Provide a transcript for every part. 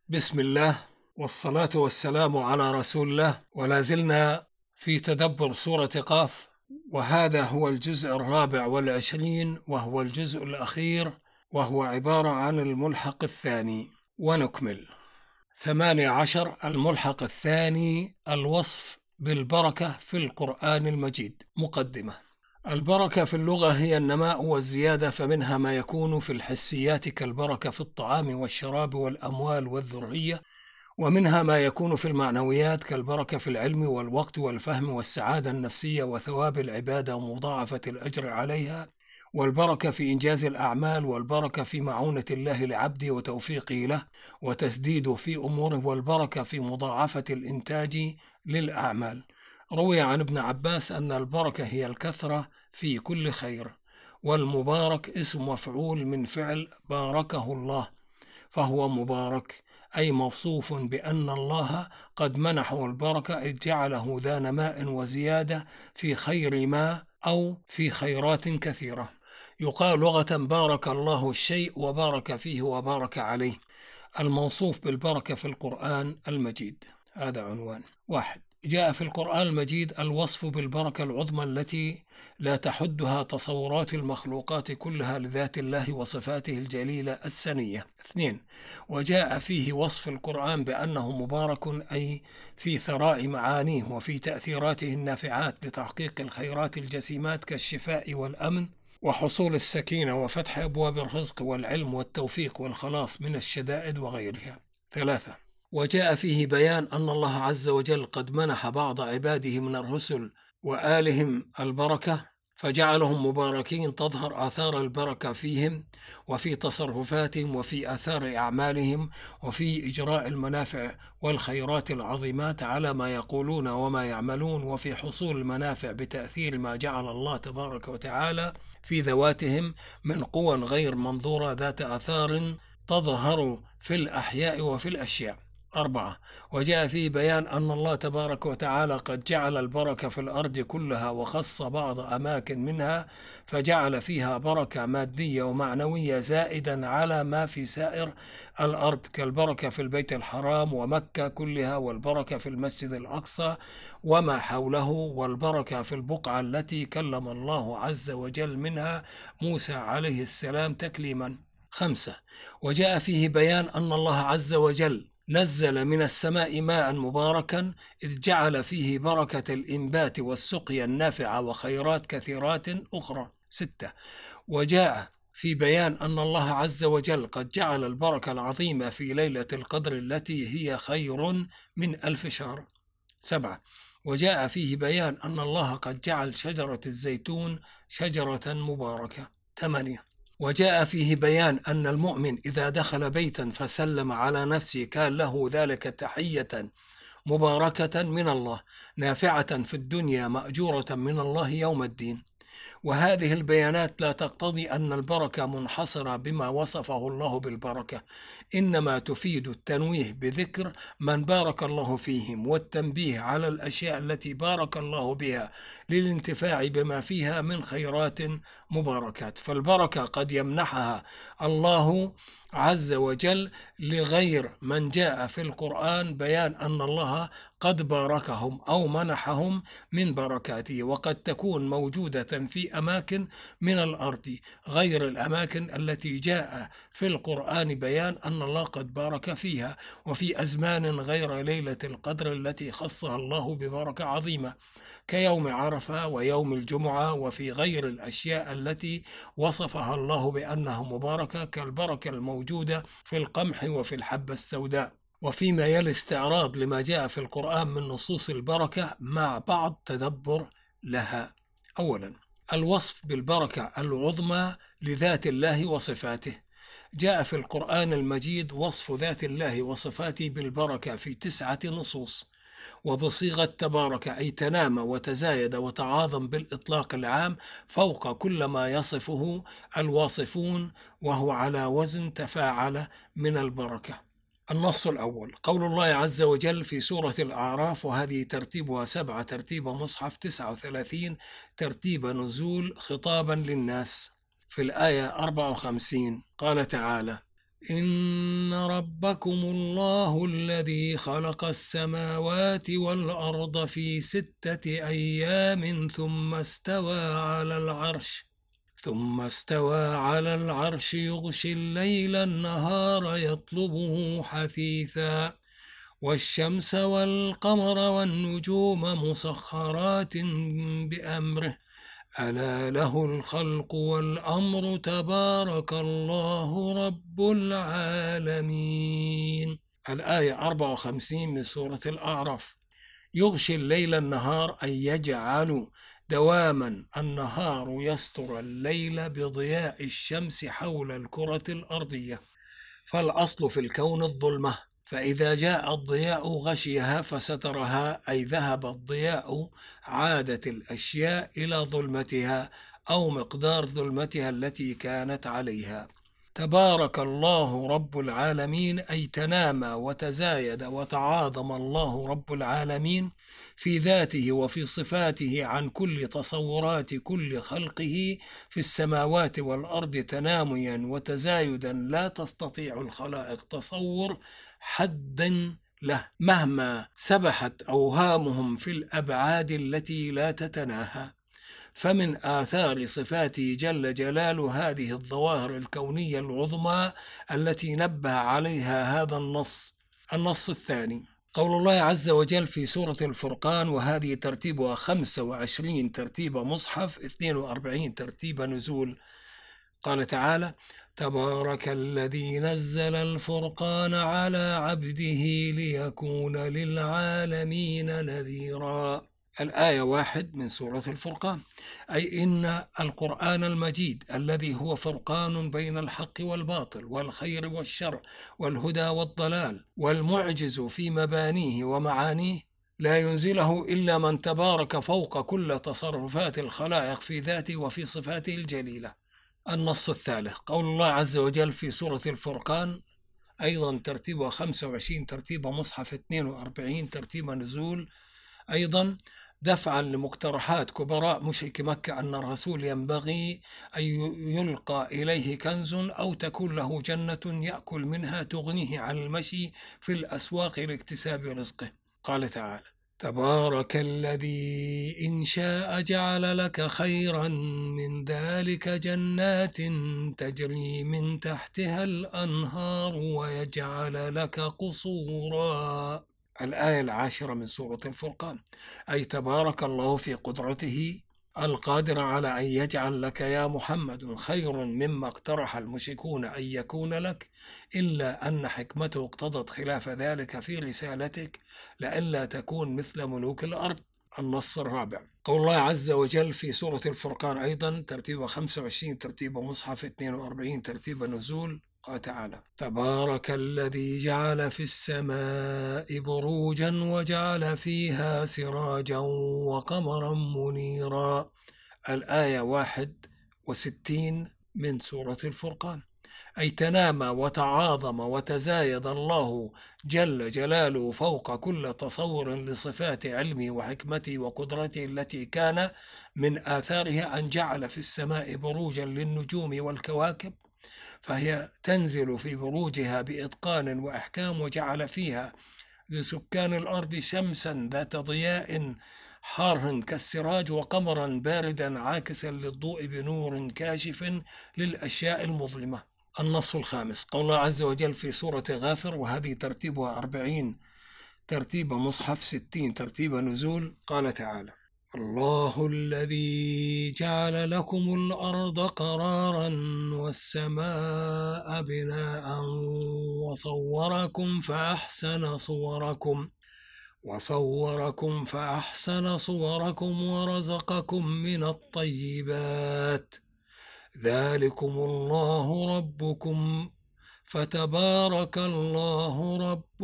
بسم الله والصلاة والسلام على رسول الله، ولا زلنا في تدبر سورة قاف، وهذا هو الجزء 24 وهو الجزء الأخير، وهو عبارة عن الملحق الثاني. ونكمل 18. الملحق الثاني: الوصف بالبركة في القرآن المجيد. مقدمة. البركة في اللغة هي النماء والزيادة، فمنها ما يكون في الحسيات كالبركة في الطعام والشراب والأموال والذرية، ومنها ما يكون في المعنويات كالبركة في العلم والوقت والفهم والسعادة النفسية وثواب العبادة ومضاعفة الأجر عليها، والبركة في إنجاز الأعمال، والبركة في معونة الله لعبده وتوفيقه له وتسديده في أموره، والبركة في مضاعفة الإنتاج للأعمال. روي عن ابن عباس أن البركة هي الكثرة في كل خير، والمبارك اسم مفعول من فعل باركه الله، فهو مبارك، أي موصوف بأن الله قد منحه البركة، إذ جعله ذا نماء وزيادة في خير ما أو في خيرات كثيرة. يقال لغة بارك الله الشيء وبارك فيه وبارك عليه. الموصوف بالبركة في القرآن المجيد. هذا عنوان. 1. جاء في القرآن المجيد الوصف بالبركة العظمى التي لا تحدها تصورات المخلوقات كلها لذات الله وصفاته الجليلة السنية. 2. وجاء فيه وصف القرآن بأنه مبارك، أي في ثراء معانيه وفي تأثيراته النافعات لتحقيق الخيرات الجسيمات كالشفاء والأمن وحصول السكينة وفتح أبواب الرزق والعلم والتوفيق والخلاص من الشدائد وغيرها. 3. وجاء فيه بيان أن الله عز وجل قد منح بعض عباده من الرسل وآلهم البركة، فجعلهم مباركين تظهر آثار البركة فيهم وفي تصرفاتهم وفي آثار أعمالهم وفي إجراء المنافع والخيرات العظيمات على ما يقولون وما يعملون، وفي حصول المنافع بتأثير ما جعل الله تبارك وتعالى في ذواتهم من قوى غير منظورة ذات آثار تظهر في الأحياء وفي الأشياء. 4. وجاء فيه بيان أن الله تبارك وتعالى قد جعل البركة في الأرض كلها، وخص بعض أماكن منها فجعل فيها بركة مادية ومعنوية زائدا على ما في سائر الأرض، كالبركة في البيت الحرام ومكة كلها، والبركة في المسجد الأقصى وما حوله، والبركة في البقعة التي كلم الله عز وجل منها موسى عليه السلام تكليما. 5. وجاء فيه بيان أن الله عز وجل نزل من السماء ماء مباركا، إذ جعل فيه بركة الإنبات والسقيا النافعة وخيرات كثيرات أخرى. 6. وجاء في بيان أن الله عز وجل قد جعل البركة العظيمة في ليلة القدر التي هي خير من 1000 شهر. 7. وجاء فيه بيان أن الله قد جعل شجرة الزيتون شجرة مباركة. 8. وجاء فيه بيان أن المؤمن إذا دخل بيتا فسلم على نفسه كان له ذلك تحية مباركة من الله، نافعة في الدنيا مأجورة من الله يوم الدين. وهذه البيانات لا تقتضي أن البركة منحصرة بما وصفه الله بالبركة، إنما تفيد التنويه بذكر من بارك الله فيهم والتنبيه على الأشياء التي بارك الله بها للانتفاع بما فيها من خيرات مباركات. فالبركة قد يمنحها الله عز وجل لغير من جاء في القرآن بيان أن الله قد باركهم أو منحهم من بركاته، وقد تكون موجودة في أماكن من الأرض غير الأماكن التي جاء في القرآن بيان أن الله قد بارك فيها، وفي أزمان غير ليلة القدر التي خصها الله ببركة عظيمة كيوم عرفة ويوم الجمعة، وفي غير الأشياء التي وصفها الله بأنها مباركة كالبركة الموجودة في القمح وفي الحبة السوداء. وفيما يلي استعراض لما جاء في القرآن من نصوص البركة مع بعض تدبر لها. أولا، الوصف بالبركة العظمى لذات الله وصفاته. جاء في القرآن المجيد وصف ذات الله وصفاته بالبركة في 9 نصوص، وبصيغة تبارك، أي تنامى وتزايد وتعاظم بالإطلاق العام فوق كل ما يصفه الواصفون، وهو على وزن تفاعل من البركة. النص الأول قول الله عز وجل في سورة الأعراف، وهذه ترتيبها 7 ترتيب مصحف 39 ترتيب نزول خطابا للناس. في الآية 54 قال تعالى: إن ربكم الله الذي خلق السماوات والأرض في 6 أيام ثم استوى على العرش يغشي الليل النهار يطلبه حثيثا والشمس والقمر والنجوم مسخرات بأمره ألا له الخلق والأمر تبارك الله رب العالمين. الآية 54 من سورة الأعراف. يغشي الليل النهار أي يجعل دواما النهار يستر الليل بضياء الشمس حول الكرة الأرضية، فالأصل في الكون الظلمة، فإذا جاء الضياء غشيها فسترها، أي ذهب الضياء عادت الأشياء إلى ظلمتها أو مقدار ظلمتها التي كانت عليها. تبارك الله رب العالمين أي تنامى وتزايد وتعاظم الله رب العالمين في ذاته وفي صفاته عن كل تصورات كل خلقه في السماوات والأرض تناميا وتزايدا لا تستطيع الخلائق تصور حد له مهما سبحت أوهامهم في الأبعاد التي لا تتناهى. فمن آثار صفاته جل جلاله هذه الظواهر الكونية العظمى التي نبه عليها هذا النص الثاني. قول الله عز وجل في سورة الفرقان، وهذه ترتيبها 25 ترتيب مصحف، 42 ترتيب نزول. قال تعالى: تبارك الذي نزل الفرقان على عبده ليكون للعالمين نذيرا. الآية 1 من سورة الفرقان، أي إن القرآن المجيد الذي هو فرقان بين الحق والباطل والخير والشر والهدى والضلال والمعجز في مبانيه ومعانيه لا ينزله إلا من تبارك فوق كل تصرفات الخلائق في ذاته وفي صفاته الجليلة. النص الثالث، قول الله عز وجل في سورة الفرقان، أيضا ترتيبها 25 ترتيب مصحف، 42 ترتيب نزول، أيضا دفعا لمقترحات كبراء مشرك مكة أن الرسول ينبغي أن يلقى إليه كنز أو تكون له جنة يأكل منها تغنيه عن المشي في الأسواق لاكتساب رزقه. قال تعالى: تبارك الذي إن شاء جعل لك خيرا من ذلك جنات تجري من تحتها الأنهار ويجعل لك قصورا. الآية 10 من سورة الفرقان، أي تبارك الله في قدرته القادر على أن يجعل لك يا محمد خير مما اقترح المشركون أن يكون لك، إلا أن حكمته اقتضت خلاف ذلك في رسالتك لئلا تكون مثل ملوك الأرض. النص الرابع، قول الله عز وجل في سورة الفرقان، أيضا ترتيب 25 ترتيب مصحف، 42 ترتيب نزول. قال تعالى: تبارك الذي جعل في السماء بروجا وجعل فيها سراجا وقمرا منيرا. الآية 61 من سورة الفرقان، أي تنامى وتعاظم وتزايد الله جل جلاله فوق كل تصور لصفات علمه وحكمته وقدرته التي كان من آثارها أن جعل في السماء بروجا للنجوم والكواكب، فهي تنزل في بروجها بإتقان وإحكام، وجعل فيها لسكان الأرض شمسا ذات ضياء حار كالسراج وقمرا باردا عاكسا للضوء بنور كاشف للأشياء المظلمة. النص الخامس، قول الله عز وجل في سورة غافر، وهذه ترتيبها 40 ترتيب مصحف، 60 ترتيب نزول. قال تعالى: الله الذي جعل لكم الأرض قرارا والسماء بناء وصوركم فأحسن صوركم ورزقكم من الطيبات، ذلكم الله ربكم فتبارك الله رب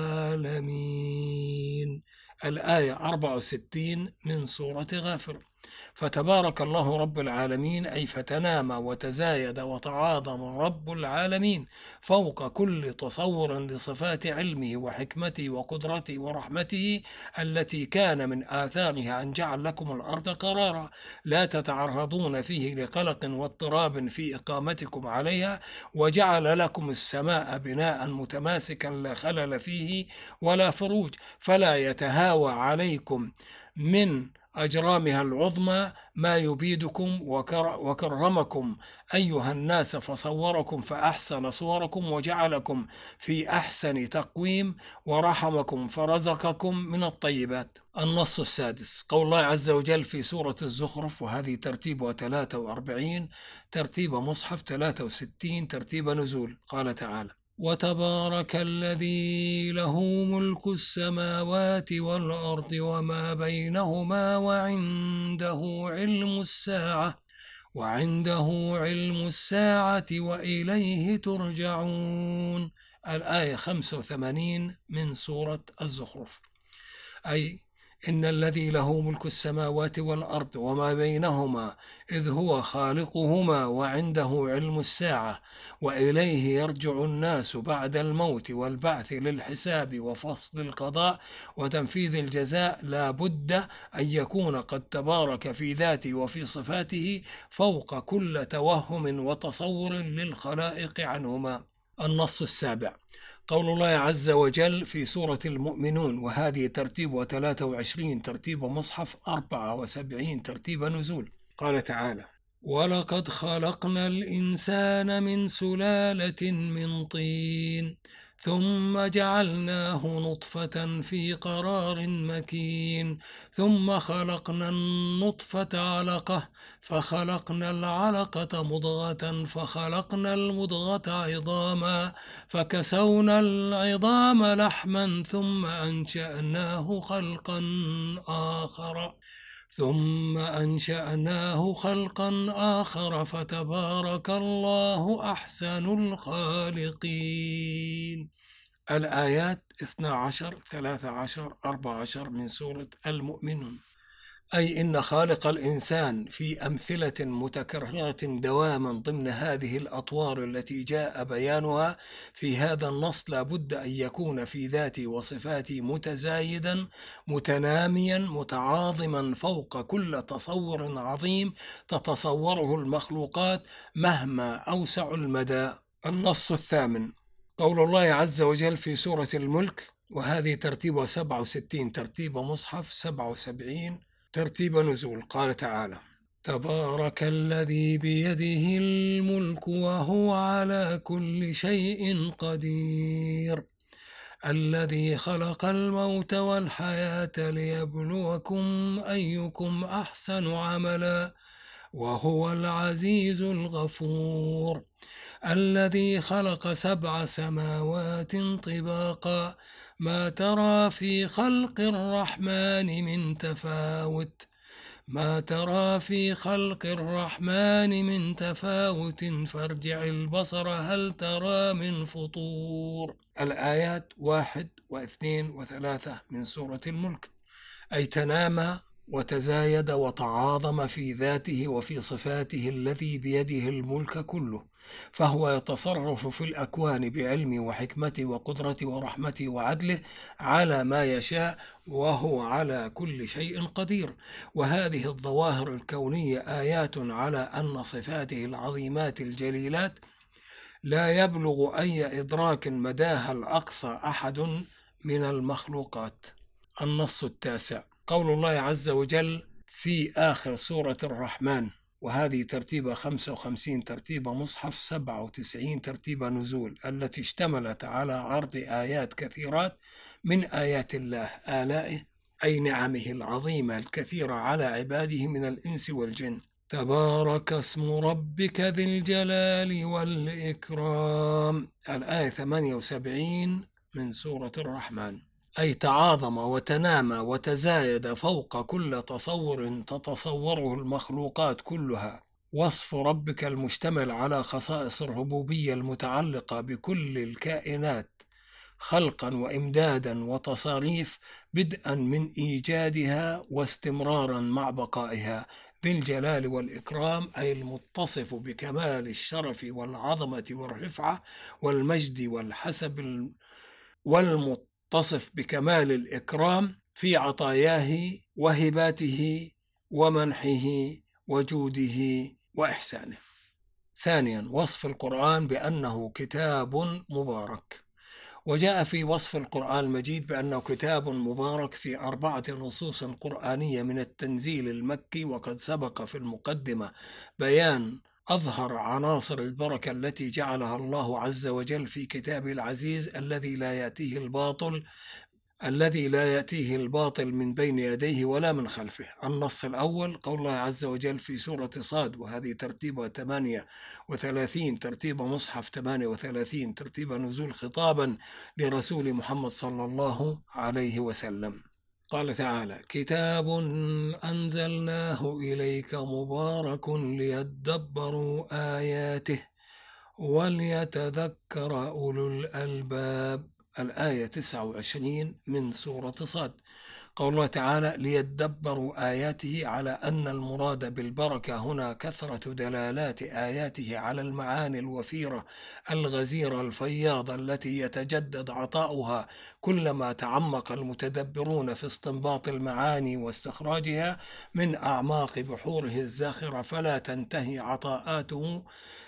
العالمين. الآية 64 من سورة غافر، فتبارك الله رب العالمين، أي فتنامى وتزايد وتعاظم رب العالمين فوق كل تصور لصفات علمه وحكمته وقدرته ورحمته، التي كان من آثارها أن جعل لكم الأرض قرارا لا تتعرضون فيه لقلق واضطراب في إقامتكم عليها، وجعل لكم السماء بناء متماسكا لا خلل فيه ولا فروج، فلا يتهاوى عليكم من أجرامها العظمى ما يبيدكم، وكرمكم أيها الناس فصوركم فأحسن صوركم وجعلكم في أحسن تقويم، ورحمكم فرزقكم من الطيبات. النص السادس، قول الله عز وجل في سورة الزخرف، وهذه ترتيبها 43، ترتيب مصحف 63، ترتيب نزول. قال تعالى: وتبارك الذي له ملك السماوات والأرض وما بينهما وعنده علم الساعة وإليه ترجعون. الآية 85 من سورة الزخرف. أي إن الذي له ملك السماوات والأرض وما بينهما، إذ هو خالقهما وعنده علم الساعة، وإليه يرجع الناس بعد الموت والبعث للحساب وفصل القضاء وتنفيذ الجزاء، لا بد أن يكون قد تبارك في ذاته وفي صفاته فوق كل توهم وتصور للخلائق عنهما. النص السابع، قول الله عز وجل في سورة المؤمنون، وهذه ترتيب 23، ترتيب مصحف 74، ترتيب نزول. قال تعالى: ولقد خلقنا الإنسان من سلالة من طين ثم جعلناه نطفة في قرار مكين ثم خلقنا النطفة علقة فخلقنا العلقة مضغة فخلقنا المضغة عظاما فكسونا العظام لحما ثم أنشأناه خلقا آخر فتبارك الله أحسن الخالقين. الآيات 12، 13، 14 من سورة المؤمنون. أي إن خالق الإنسان في أمثلة متكررة دواما ضمن هذه الأطوار التي جاء بيانها في هذا النص لا بد أن يكون في ذاته وصفاته متزايدا متناميا متعاظما فوق كل تصور عظيم تتصوره المخلوقات مهما أوسع المدى. النص الثامن، قول الله عز وجل في سورة الملك، وهذه ترتيبها 67، ترتيب مصحف 77، ترتيب نزول. قال تعالى: تبارك الذي بيده الملك وهو على كل شيء قدير الذي خلق الموت والحياة ليبلوكم أيكم أحسن عملا وهو العزيز الغفور الذي خلق 7 سماوات طباقا ما ترى في خلق الرحمن من تفاوت فارجع البصر هل ترى من فطور. الآيات 1 و2 و3 من سورة الملك. أي تنامى وتزايد وتعاظم في ذاته وفي صفاته الذي بيده الملك كله، فهو يتصرف في الأكوان بعلمه وحكمته وقدرته ورحمته وعدله على ما يشاء، وهو على كل شيء قدير. وهذه الظواهر الكونية آيات على أن صفاته العظيمات الجليلات لا يبلغ أي إدراك مداها الأقصى أحد من المخلوقات. النص التاسع، قول الله عز وجل في آخر سورة الرحمن، وهذه ترتيب 55، ترتيب مصحف 97، ترتيب نزول، التي اشتملت على عرض آيات كثيرات من آيات الله آلائه، أي نعمه العظيمة الكثيرة على عباده من الإنس والجن. تبارك اسم ربك ذي الجلال والإكرام. الآية 78 من سورة الرحمن. أي تعاظم وتنامى وتزايد فوق كل تصور تتصوره المخلوقات كلها. وصف ربك المشتمل على خصائص الربوبية المتعلقة بكل الكائنات خلقا وإمدادا وتصاريف، بدءا من إيجادها واستمرارا مع بقائها، ذي الجلال والإكرام، أي المتصف بكمال الشرف والعظمة والرفعة والمجد والحسب، والمتصف بكمال الإكرام في عطاياه وهباته ومنحه وجوده وإحسانه. ثانيا، وصف القرآن بأنه كتاب مبارك. وجاء في وصف القرآن المجيد بأنه كتاب مبارك في 4 نصوص قرآنية من التنزيل المكي، وقد سبق في المقدمة بيان أظهر عناصر البركة التي جعلها الله عز وجل في كتابه العزيز الذي لا يأتيه الباطل من بين يديه ولا من خلفه. النص الأول قول الله عز وجل في سورة صاد، وهذه ترتيبها 38، ترتيب مصحف 38، ترتيب نزول خطابا لرسول محمد صلى الله عليه وسلم. قال تعالى: كتاب أنزلناه إليك مبارك ليدبروا آياته وليتذكر أولو الألباب. الآية 29 من سورة صاد. قول الله تعالى: ليدبروا آياته، على أن المراد بالبركة هنا كثرة دلالات آياته على المعاني الوفيرة الغزيرة الفياضة التي يتجدد عطاؤها كلما تعمق المتدبرون في استنباط المعاني واستخراجها من أعماق بحوره الزاخرة، فلا تنتهي عطاءاته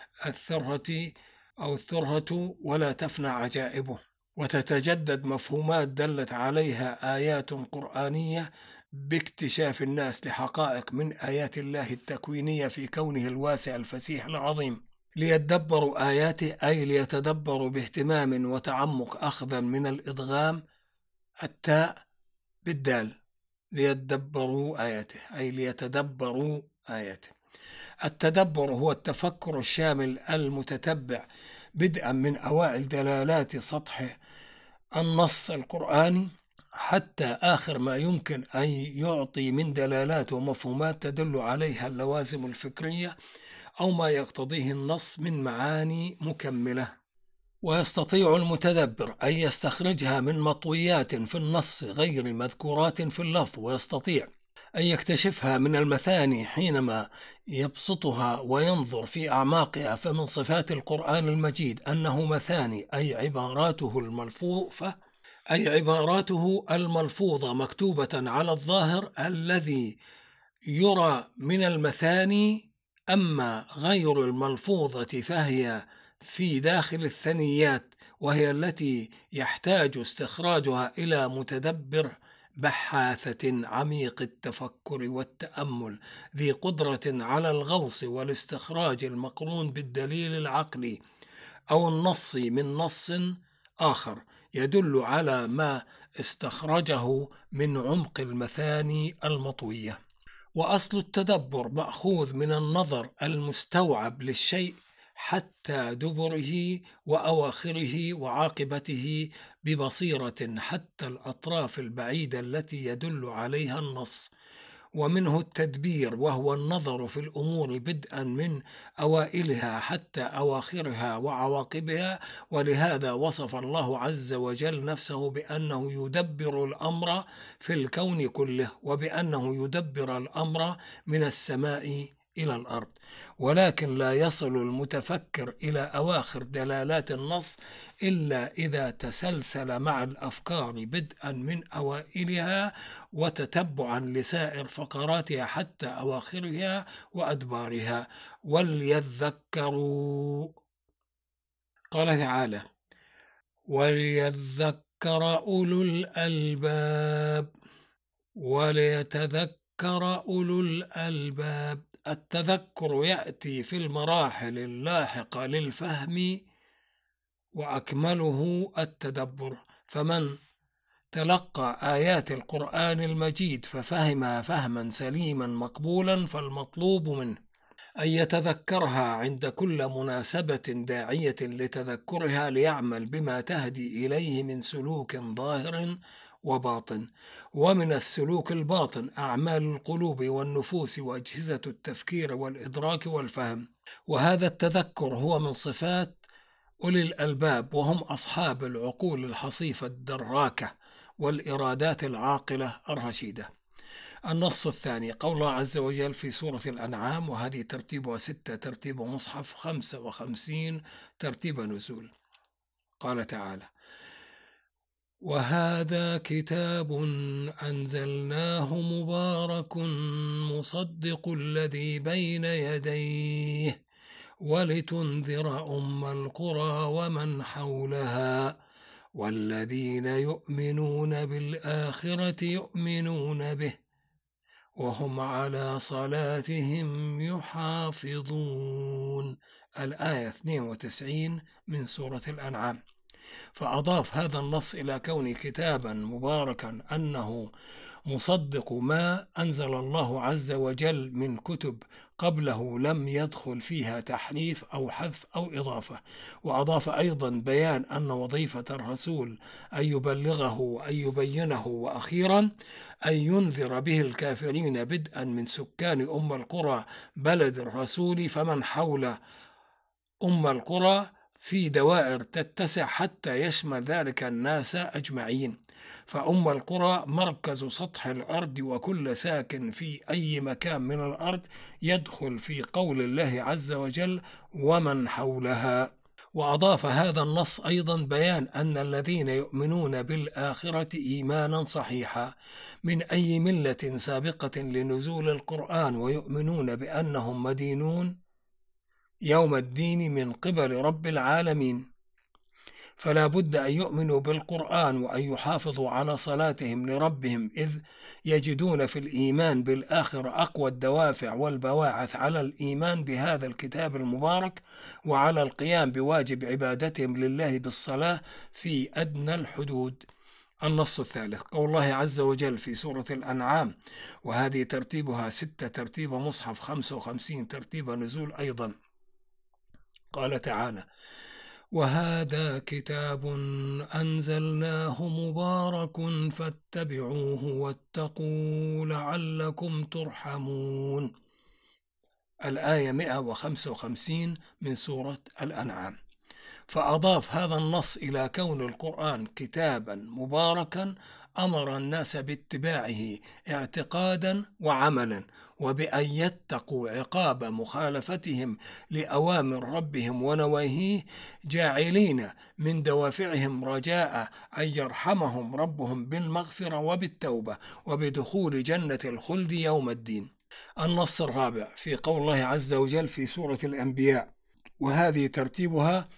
الثرهة ولا تفنى عجائبه، وتتجدد مفهومات دلت عليها آيات قرآنية باكتشاف الناس لحقائق من آيات الله التكوينية في كونه الواسع الفسيح العظيم. ليدبروا آياته أي ليتدبروا باهتمام وتعمق، أخذا من الإدغام التاء بالدال. ليدبروا آياته أي ليتدبروا آياته. التدبر هو التفكر الشامل المتتبع، بدءا من أوائل دلالات سطح النص القرآني حتى آخر ما يمكن أن يعطي من دلالات ومفهومات تدل عليها اللوازم الفكرية أو ما يقتضيه النص من معاني مكملة. ويستطيع المتدبر أن يستخرجها من مطويات في النص غير مذكورات في اللفظ، ويستطيع أن يكتشفها من المثاني حينما يبسطها وينظر في أعماقها. فمن صفات القرآن المجيد أنه مثاني، أي عباراته الملفوظة مكتوبة على الظاهر الذي يرى من المثاني، أما غير الملفوظة فهي في داخل الثنيات، وهي التي يحتاج استخراجها إلى متدبر بحاثة عميق التفكر والتأمل، ذي قدرة على الغوص والاستخراج المقرون بالدليل العقلي أو النصي من نص آخر يدل على ما استخرجه من عمق المثاني المطوية. وأصل التدبر مأخوذ من النظر المستوعب للشيء حتى دبره وأواخره وعاقبته ببصيرة حتى الأطراف البعيدة التي يدل عليها النص. ومنه التدبير، وهو النظر في الأمور بدءا من أوائلها حتى أواخرها وعواقبها. ولهذا وصف الله عز وجل نفسه بأنه يدبر الأمر في الكون كله، وبأنه يدبر الأمر من السماء إلى الأرض. ولكن لا يصل المتفكر إلى أواخر دلالات النص إلا إذا تسلسل مع الأفكار بدءا من أوائلها وتتبعا لسائر فقراتها حتى أواخرها وأدبارها. وليذكروا، قال تعالى: وليذكر أولو الألباب وليتذكر أولو الألباب. التذكر يأتي في المراحل اللاحقة للفهم، وأكمله التدبر. فمن تلقى آيات القرآن المجيد ففهمها فهما سليما مقبولا، فالمطلوب منه أن يتذكرها عند كل مناسبة داعية لتذكرها، ليعمل بما تهدي إليه من سلوك ظاهر وباطن. ومن السلوك الباطن أعمال القلوب والنفوس وأجهزة التفكير والإدراك والفهم. وهذا التذكر هو من صفات أولي الألباب، وهم أصحاب العقول الحصيفة الدراكة والإرادات العاقلة الرشيدة. النص الثاني قول الله عز وجل في سورة الأنعام، وهذه ترتيبها 6 ترتيب مصحف، 55 ترتيب نزول. قال تعالى: وهذا كتاب أنزلناه مبارك مصدق الذي بين يديه ولتنذر أم القرى ومن حولها والذين يؤمنون بالآخرة يؤمنون به وهم على صلاتهم يحافظون. الآية 92 من سورة الأنعام. فأضاف هذا النص إلى كون كتابا مباركا أنه مصدق ما أنزل الله عز وجل من كتب قبله لم يدخل فيها تحريف أو حذف أو إضافة. وأضاف أيضا بيان أن وظيفة الرسول أن يبلغه وأن يبينه، وأخيرا أن ينذر به الكافرين بدءا من سكان أم القرى بلد الرسول فمن حول أم القرى في دوائر تتسع حتى يشمل ذلك الناس أجمعين. فأم القرى مركز سطح الأرض، وكل ساكن في أي مكان من الأرض يدخل في قول الله عز وجل ومن حولها. وأضاف هذا النص أيضا بيان أن الذين يؤمنون بالآخرة إيمانا صحيحا من أي ملة سابقة لنزول القرآن ويؤمنون بأنهم مدينون يوم الدين من قبل رب العالمين، فلا بد أن يؤمنوا بالقرآن وأن يحافظوا على صلاتهم لربهم، إذ يجدون في الإيمان بالآخرة أقوى الدوافع والبواعث على الإيمان بهذا الكتاب المبارك وعلى القيام بواجب عبادتهم لله بالصلاة في أدنى الحدود. النص الثالث قول الله عز وجل في سورة الأنعام، وهذه ترتيبها 6 ترتيب مصحف، 55 ترتيب نزول أيضا. قال تعالى: وهذا كتاب أنزلناه مبارك فاتبعوه واتقوا لعلكم ترحمون. الآية 155 من سورة الأنعام. فأضاف هذا النص إلى كون القرآن كتابا مباركا أمر الناس باتباعه اعتقادا وعملا، وبأن يتقوا عقاب مخالفتهم لأوامر ربهم ونواهيه، جاعلين من دوافعهم رجاء أن يرحمهم ربهم بالمغفرة وبالتوبة وبدخول جنة الخلد يوم الدين. النص الرابع في قول الله عز وجل في سورة الأنبياء، وهذه ترتيبها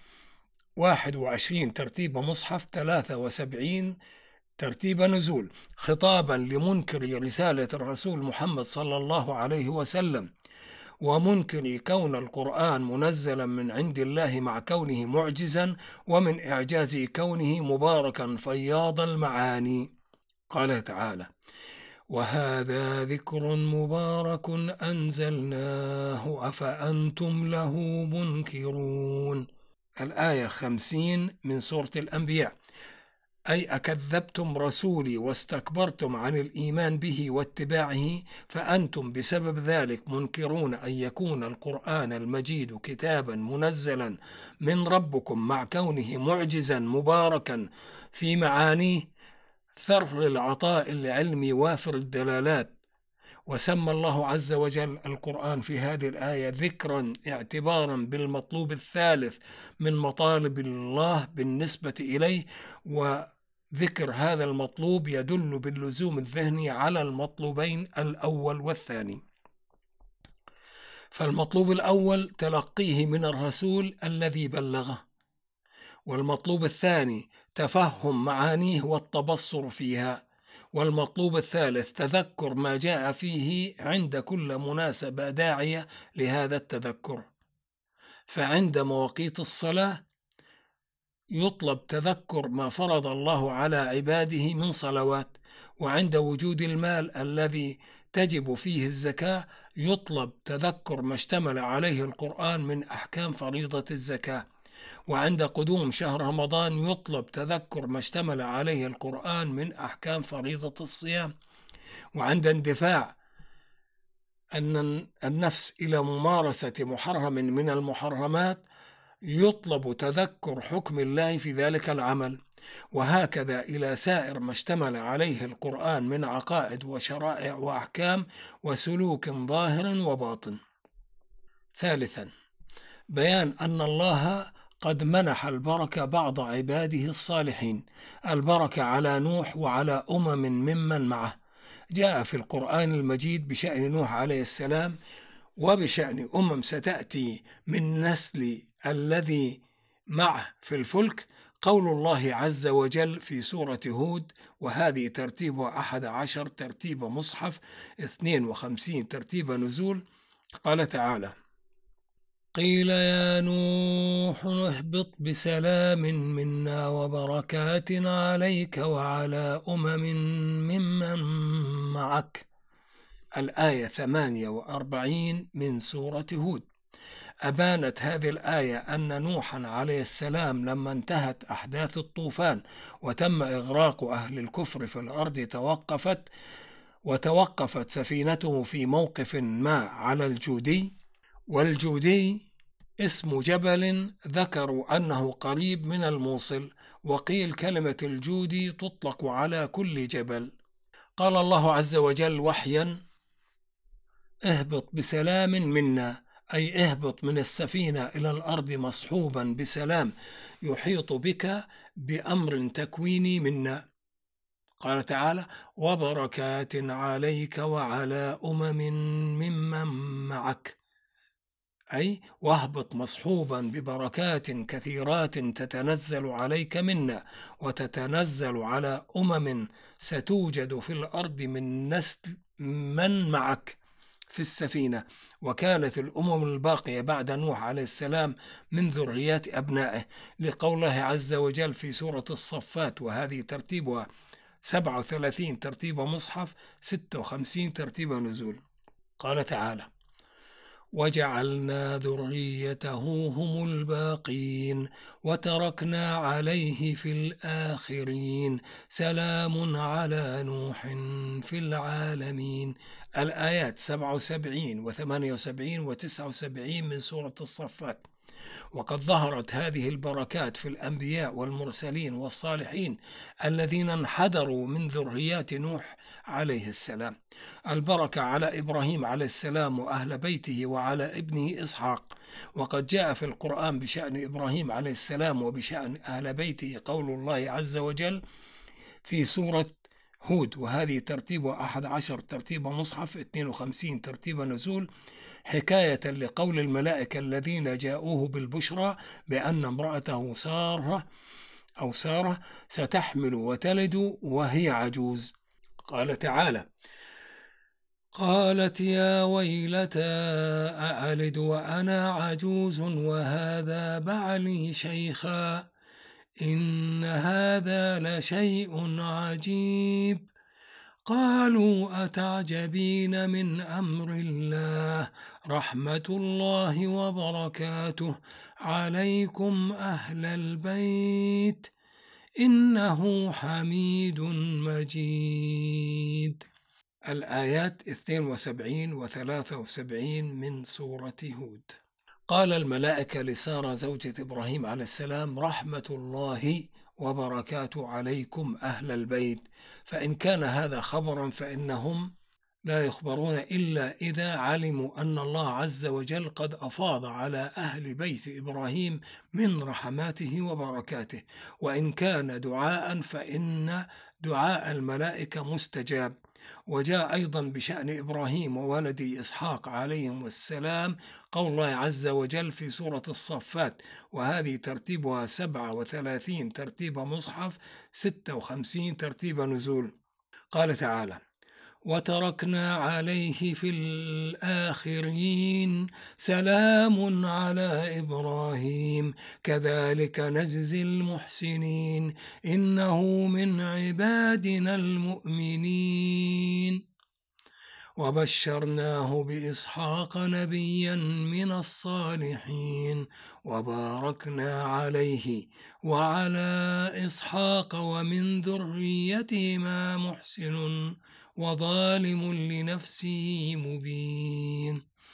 21 ترتيب مصحف، 73 ترتيب نزول، خطابا لمنكر رسالة الرسول محمد صلى الله عليه وسلم ومنكر كون القرآن منزلا من عند الله مع كونه معجزا، ومن إعجاز كونه مباركا فياض المعاني. قال تعالى: وهذا ذكر مبارك أنزلناه أفأنتم له منكرون. الآية 50 من سورة الأنبياء. أي أكذبتم رسولي واستكبرتم عن الإيمان به واتباعه، فأنتم بسبب ذلك منكرون أن يكون القرآن المجيد كتابا منزلا من ربكم مع كونه معجزا مباركا في معانيه، ثر العطاء العلمي وافر الدلالات. وسمى الله عز وجل القرآن في هذه الآية ذكرا اعتبارا بالمطلوب الثالث من مطالب الله بالنسبة إليه، وذكر هذا المطلوب يدل باللزوم الذهني على المطلوبين الأول والثاني. فالمطلوب الأول تلقيه من الرسول الذي بلغه، والمطلوب الثاني تفهم معانيه والتبصر فيها، والمطلوب الثالث تذكر ما جاء فيه عند كل مناسبة داعية لهذا التذكر. فعند مواقيت الصلاة يطلب تذكر ما فرض الله على عباده من صلوات، وعند وجود المال الذي تجب فيه الزكاة يطلب تذكر ما اشتمل عليه القرآن من أحكام فريضة الزكاة، وعند قدوم شهر رمضان يطلب تذكر ما اشتمل عليه القرآن من أحكام فريضة الصيام، وعند اندفاع النفس إلى ممارسة محرم من المحرمات يطلب تذكر حكم الله في ذلك العمل، وهكذا إلى سائر ما اشتمل عليه القرآن من عقائد وشرائع وأحكام وسلوك ظاهر وباطن. ثالثا، بيان أن الله قد منح البركة بعض عباده الصالحين، البركة على نوح وعلى ممن معه. جاء في القرآن المجيد بشأن نوح عليه السلام وبشأن ستأتي من نسل الذي معه في الفلك قول الله عز وجل في سورة هود، وهذه ترتيبها 11 ترتيب مصحف، 52 ترتيب نزول. قال تعالى: قيل يا نوح اهبط بسلام منا وبركات عليك وعلى ممن معك. الآية 48 من سورة هود. أبانت هذه الآية أن نوحا عليه السلام لما انتهت أحداث الطوفان وتم إغراق أهل الكفر في الأرض وتوقفت سفينته في موقف ما على الجودي، والجودي اسم جبل ذكروا أنه قريب من الموصل، وقيل كلمة الجودي تطلق على كل جبل. قال الله عز وجل وحيا: اهبط بسلام منا، أي اهبط من السفينة إلى الأرض مصحوبا بسلام يحيط بك بأمر تكويني منا. قال تعالى: وبركات عليك وعلى ممن معك، أي واهبط مصحوبا ببركات كثيرات تتنزل عليك منا وتتنزل على ستوجد في الأرض من نسل من معك في السفينة. وكانت الأمم الباقية بعد نوح عليه السلام من ذريات أبنائه، لقوله عز وجل في سورة الصفات، وهذه ترتيبها 37 ترتيب مصحف، 56 ترتيب نزول. قال تعالى: وجعلنا ذريته هم الباقين وتركنا عليه في الآخرين سلام على نوح في العالمين. الآيات 77 و78 و79 من سورة الصفات. وقد ظهرت هذه البركات في الأنبياء والمرسلين والصالحين الذين انحدروا من ذريات نوح عليه السلام. البركة على إبراهيم عليه السلام وأهل بيته وعلى ابنه إسحاق. وقد جاء في القرآن بشأن إبراهيم عليه السلام وبشأن أهل بيته قول الله عز وجل في سورة هود، وهذه ترتيبها 11 ترتيب مصحف، 52 ترتيب نزول، حكاية لقول الملائكة الذين جاءوه بالبشرى بأن امرأته سارة ستحمل وتلد وهي عجوز. قال تعالى: قالت يا ويلتى أألد وأنا عجوز وهذا بعلي شيخا إن هذا لشيء عجيب. قالوا أتعجبين من أمر الله رحمة الله وبركاته عليكم أهل البيت إنه حميد مجيد. الآيات 72 و73 من سورة هود. قال الملائكة لسارة زوجة إبراهيم عليه السلام: رحمة الله وبركاته عليكم أهل البيت. فإن كان هذا خبرا فإنهم لا يخبرون إلا إذا علموا أن الله عز وجل قد أفاض على أهل بيت إبراهيم من رحماته وبركاته. وإن كان دعاء فإن دعاء الملائكة مستجاب. وجاء أيضا بشأن إبراهيم وولده إسحاق عليهم السلام قول الله عز وجل في سورة الصفات، وهذه ترتيبها 37 ترتيب مصحف، 56 ترتيب نزول. قال تعالى: وتركنا عليه في الآخرين سلام على إبراهيم كذلك نجزي المحسنين إنه من عبادنا المؤمنين. وبشرناه بإسحاق نبيا من الصالحين وباركنا عليه وعلى إسحاق ومن ذريتهما محسن وظالم لنفسه مبين.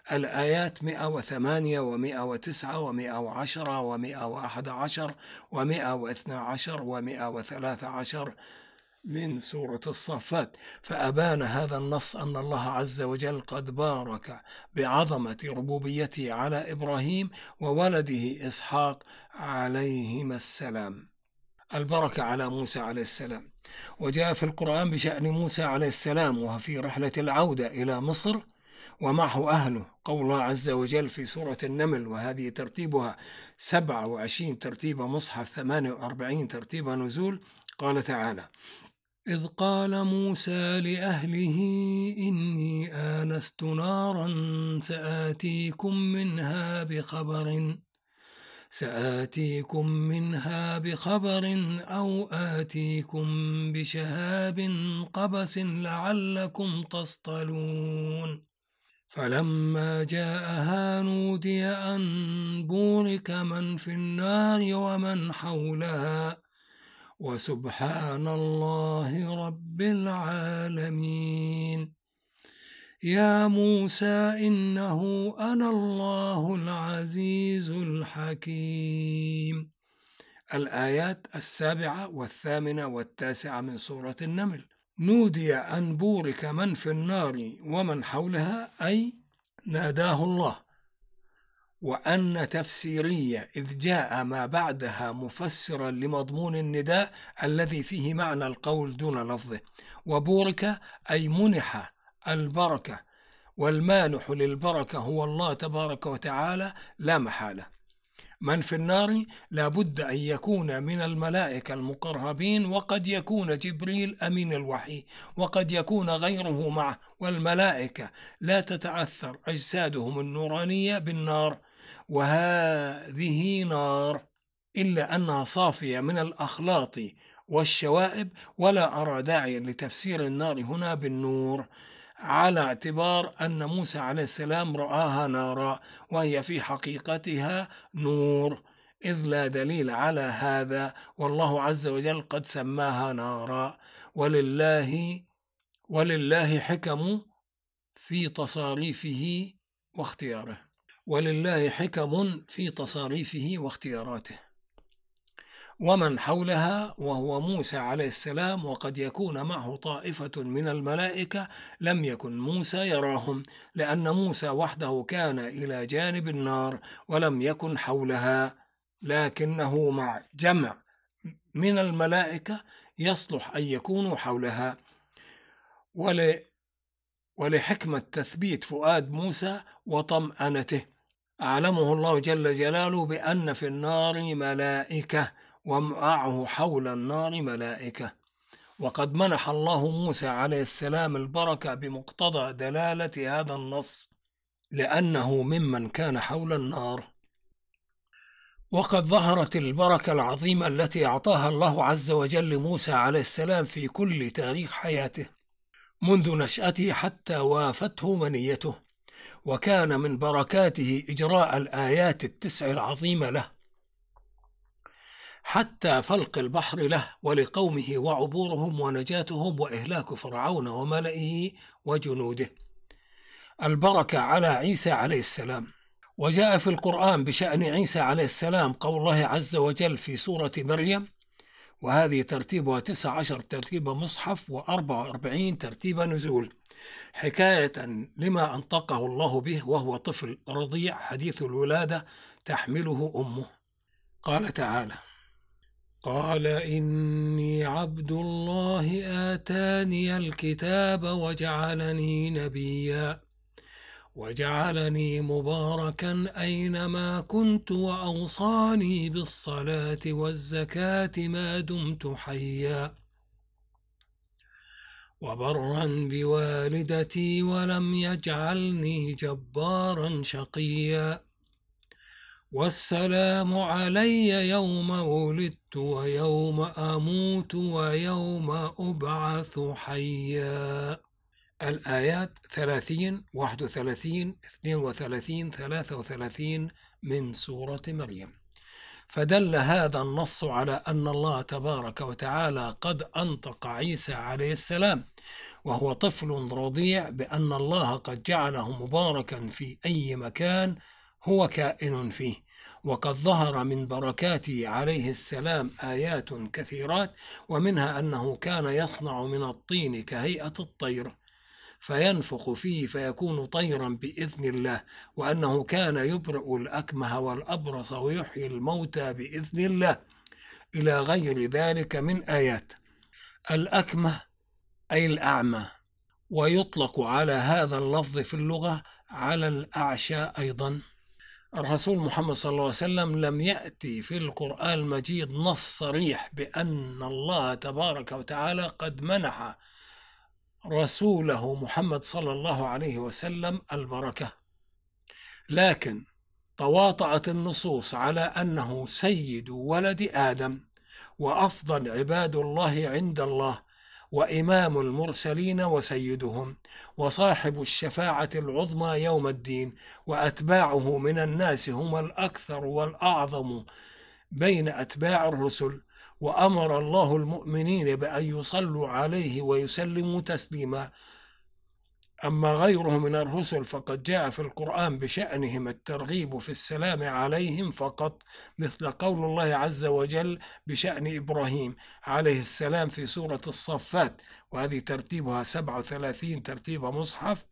الآيات 108 و109 و110 و111 و112 و113 من سورة الصافات. فأبان هذا النص أن الله عز وجل قد بارك بعظمة ربوبيته على إبراهيم وولده إسحاق عليهما السلام. البركة على موسى عليه السلام. وجاء في القرآن بشأن موسى عليه السلام وهو في رحلة العودة إلى مصر ومعه أهله، قول الله عز وجل في سورة النمل، وهذه ترتيبها 27 ترتيب مصحف، 48 ترتيب نزول. قال تعالى: إذ قال موسى لأهله إني آنست نارا سآتيكم منها بخبر أو آتيكم بشهاب قبس لعلكم تصطلون. فلما جاءها نودي أن بورك من في النار ومن حولها وسبحان الله رب العالمين. يا موسى إنه أنا الله العزيز الحكيم. الآيات 7 و8 و9 من سورة النمل. نودي أن بورك من في النار ومن حولها، أي ناداه الله. وأن تفسيرية إذ جاء ما بعدها مفسرا لمضمون النداء الذي فيه معنى القول دون لفظه. وبورك أي منح البركة، والمانح للبركة هو الله تبارك وتعالى لا محالة. من في النار لا بد أن يكون من الملائكة المقربين، وقد يكون جبريل أمين الوحي، وقد يكون غيره معه. والملائكة لا تتأثر أجسادهم النورانية بالنار، وهذه نار، إلا أنها صافية من الأخلاط والشوائب، ولا أرى داعيا لتفسير النار هنا بالنور، على اعتبار أن موسى عليه السلام رآها نارا وهي في حقيقتها نور، إذ لا دليل على هذا، والله عز وجل قد سماها نارا. ولله حكم في تصاريفه واختياراته. ومن حولها وهو موسى عليه السلام، وقد يكون معه طائفة من الملائكة لم يكن موسى يراهم، لأن موسى وحده كان إلى جانب النار ولم يكن حولها، لكنه مع جمع من الملائكة يصلح أن يكونوا حولها. ولحكمة تثبيت فؤاد موسى وطمأنته أعلمه الله جل جلاله بأن في النار ملائكة ومعه حول النار ملائكة. وقد منح الله موسى عليه السلام البركة بمقتضى دلالة هذا النص، لأنه ممن كان حول النار. وقد ظهرت البركة العظيمة التي أعطاها الله عز وجل لموسى عليه السلام في كل تاريخ حياته منذ نشأته حتى وافته منيته، وكان من بركاته إجراء الآيات التسع العظيمة له، حتى فلق البحر له ولقومه وعبورهم ونجاتهم وإهلاك فرعون وملئه وجنوده. البركة على عيسى عليه السلام. وجاء في القرآن بشأن عيسى عليه السلام قول الله عز وجل في سورة مريم، وهذه ترتيبها 19 ترتيب مصحف و44 ترتيب نزول، حكاية لما أنطقه الله به وهو طفل رضيع حديث الولادة تحمله أمه. قال تعالى: قال إني عبد الله آتاني الكتاب وجعلني نبيا وجعلني مباركا أينما كنت وأوصاني بالصلاة والزكاة ما دمت حيا وبرا بوالدتي ولم يجعلني جبارا شقيا والسلام علي يوم ولدت ويوم أموت ويوم أبعث حيا. الآيات 30 31 32 33 من سورة مريم. فدل هذا النص على أن الله تبارك وتعالى قد أنطق عيسى عليه السلام وهو طفل رضيع بأن الله قد جعله مباركا في أي مكان هو كائن فيه، وقد ظهر من بركاته عليه السلام آيات كثيرات، ومنها أنه كان يصنع من الطين كهيئة الطير فينفخ فيه فيكون طيرا بإذن الله، وأنه كان يبرئ الأكمه والأبرص ويحيي الموتى بإذن الله، إلى غير ذلك من آيات. الأكمه أي الأعمى، ويطلق على هذا اللفظ في اللغة على الأعشى أيضا. الرسول محمد صلى الله عليه وسلم لم يأتي في القرآن المجيد نص صريح بأن الله تبارك وتعالى قد منح رسوله محمد صلى الله عليه وسلم البركة، لكن تواطأت النصوص على أنه سيد ولد آدم وأفضل عباد الله عند الله وإمام المرسلين وسيدهم وصاحب الشفاعة العظمى يوم الدين، وأتباعه من الناس هم الأكثر والأعظم بين أتباع الرسل، وأمر الله المؤمنين بأن يصلوا عليه ويسلموا تسليما. أما غيره من الرسل فقد جاء في القرآن بشأنهم الترغيب في السلام عليهم فقط، مثل قول الله عز وجل بشأن إبراهيم عليه السلام في سورة الصفات، وهذه ترتيبها 37 ترتيب مصحف،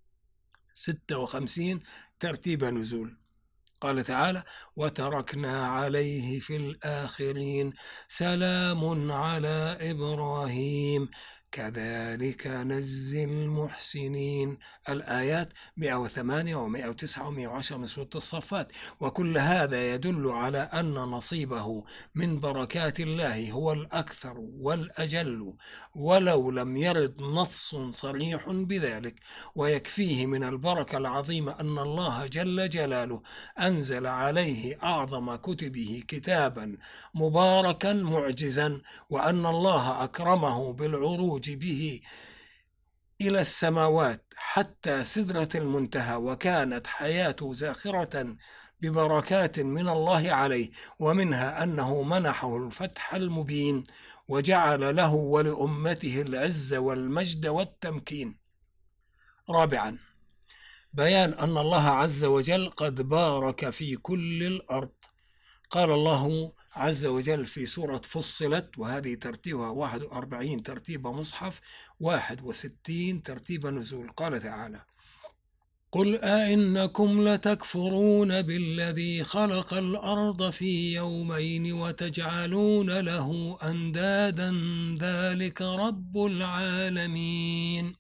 56 ترتيب نزول. قال تعالى: وتركنا عليه في الآخرين سلام على إبراهيم كذلك نجزي المحسنين. الآيات 108 و109 و110 من سورة الصفات. وكل هذا يدل على أن نصيبه من بركات الله هو الأكثر والأجل، ولو لم يرد نص صريح بذلك. ويكفيه من البركة العظيمة أن الله جل جلاله أنزل عليه أعظم كتبه كتابا مباركا معجزا، وأن الله أكرمه بالعروج به إلى السماوات حتى سدرة المنتهى، وكانت حياته زاخرة ببركات من الله عليه، ومنها أنه منحه الفتح المبين وجعل له ولأمته العز والمجد والتمكين. رابعا، بيان أن الله عز وجل قد بارك في كل الأرض. قال الله عز وجل في سورة فصلت، وهذه ترتيبها 41 ترتيب مصحف، 61 ترتيب نزول. قال تعالى: قل أئنكم لتكفرون بالذي خلق الأرض في يومين وتجعلون له أندادا ذلك رب العالمين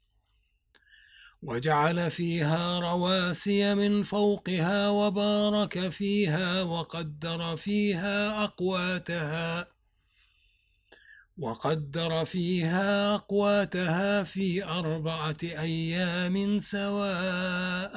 وجعل فيها رواسي من فوقها وبارك فيها وقدر فيها أقواتها في 4 أيام سواء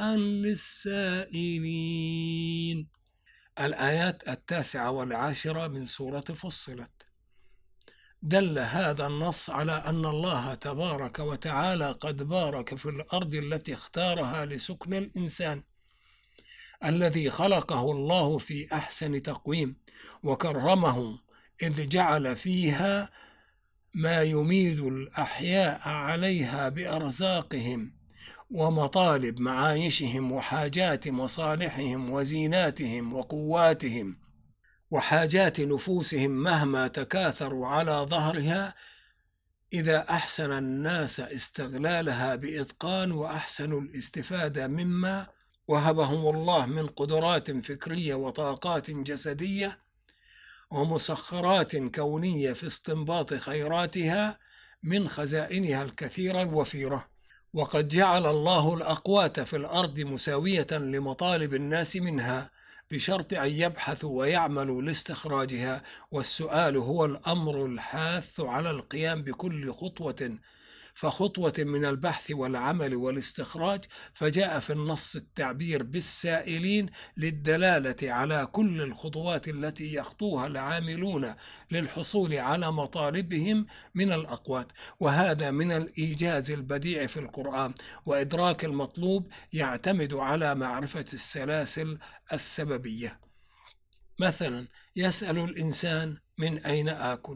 للسائلين. الآيات 9 و10 من سورة فصلت. دل هذا النص على أن الله تبارك وتعالى قد بارك في الأرض التي اختارها لسكن الإنسان، الذي خلقه الله في أحسن تقويم، وكرمه إذ جعل فيها ما يميد الأحياء عليها بأرزاقهم ومطالب معايشهم وحاجات مصالحهم وزيناتهم وقواتهم وحاجات نفوسهم مهما تكاثروا على ظهرها، إذا أحسن الناس استغلالها بإتقان وأحسنوا الاستفادة مما وهبهم الله من قدرات فكرية وطاقات جسدية ومسخرات كونية في استنباط خيراتها من خزائنها الكثيرة الوفيرة. وقد جعل الله الأقوات في الأرض مساوية لمطالب الناس منها، بشرط أن يبحثوا ويعملوا لاستخراجها، والسؤال هو الأمر الحاث على القيام بكل خطوة فخطوة من البحث والعمل والاستخراج. فجاء في النص التعبير بالسائلين للدلالة على كل الخطوات التي يخطوها العاملون للحصول على مطالبهم من الأقوات، وهذا من الإيجاز البديع في القرآن. وإدراك المطلوب يعتمد على معرفة السلاسل السببية. مثلا يسأل الإنسان: من أين آكل؟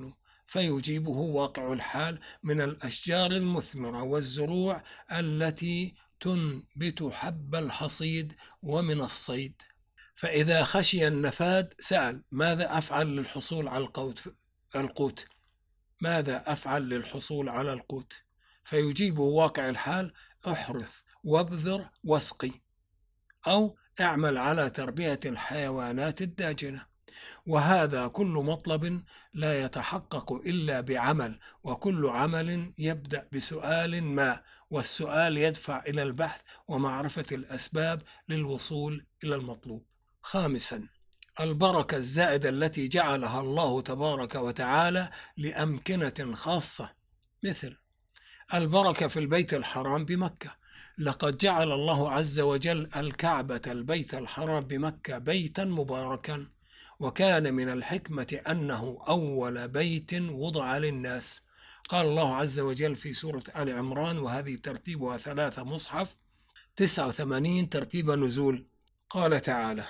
فيجيبه واقع الحال من الأشجار المثمرة والزروع التي تنبت حب الحصيد ومن الصيد. فإذا خشي النفاد سأل: ماذا أفعل للحصول على القوت؟ ماذا أفعل للحصول على القوت؟ فيجيبه واقع الحال: احرث وابذر واسقي، أو اعمل على تربية الحيوانات الداجنة. وهذا كل مطلب لا يتحقق إلا بعمل، وكل عمل يبدأ بسؤال ما، والسؤال يدفع إلى البحث ومعرفة الأسباب للوصول إلى المطلوب. خامسا، البركة الزائدة التي جعلها الله تبارك وتعالى لأمكنة خاصة، مثل البركة في البيت الحرام بمكة. لقد جعل الله عز وجل الكعبة البيت الحرام بمكة بيتا مباركا، وكان من الحكمة أنه أول بيت وضع للناس. قال الله عز وجل في سورة آل عمران، وهذه ترتيبها 3 مصحف 89 ترتيب نزول، قال تعالى: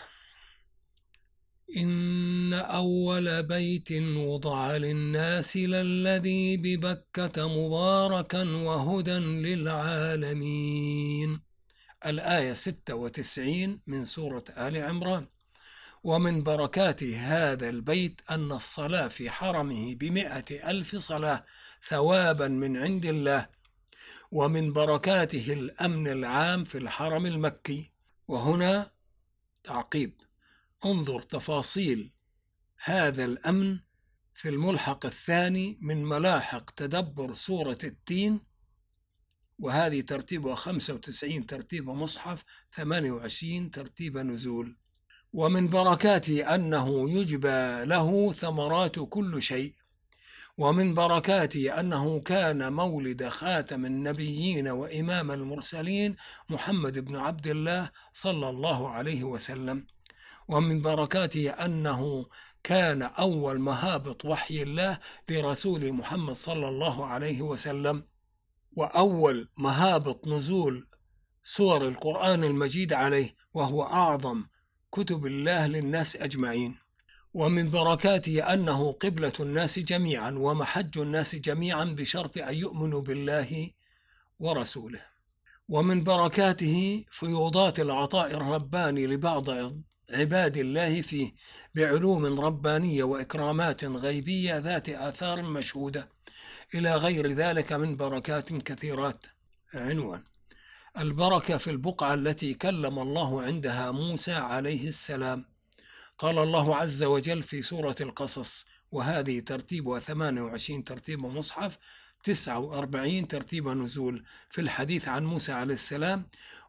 إن أول بيت وضع للناس للذي ببكة مباركا وهدى للعالمين. الآية 96 من سورة آل عمران. ومن بركات هذا البيت أن الصلاة في حرمه ب100,000 صلاة ثوابا من عند الله. ومن بركاته الأمن العام في الحرم المكي. وهنا تعقيب: انظر تفاصيل هذا الأمن في الملحق الثاني من ملاحق تدبر سورة التين، وهذه ترتيبها 95 ترتيب مصحف 28 ترتيب نزول. ومن بركاته أنه يجبى له ثمرات كل شيء. ومن بركاته أنه كان مولد خاتم النبيين وإمام المرسلين محمد بن عبد الله صلى الله عليه وسلم. ومن بركاته أنه كان أول مهابط وحي الله لرسول محمد صلى الله عليه وسلم، وأول مهابط نزول سور القرآن المجيد عليه، وهو أعظم كتب الله للناس أجمعين. ومن بركاته أنه قبلة الناس جميعا ومحج الناس جميعا بشرط أن يؤمنوا بالله ورسوله. ومن بركاته فيوضات العطاء الرباني لبعض عباد الله فيه بعلوم ربانية وإكرامات غيبية ذات آثار مشهودة، إلى غير ذلك من بركات كثيرات. عنوان: البركة في البقعة التي كلم الله عندها موسى عليه السلام. قال الله عز وجل في سورة القصص، وهذه ترتيبها 28 ترتيب مصحف 49 ترتيب نزول، في الحديث عن موسى عليه السلام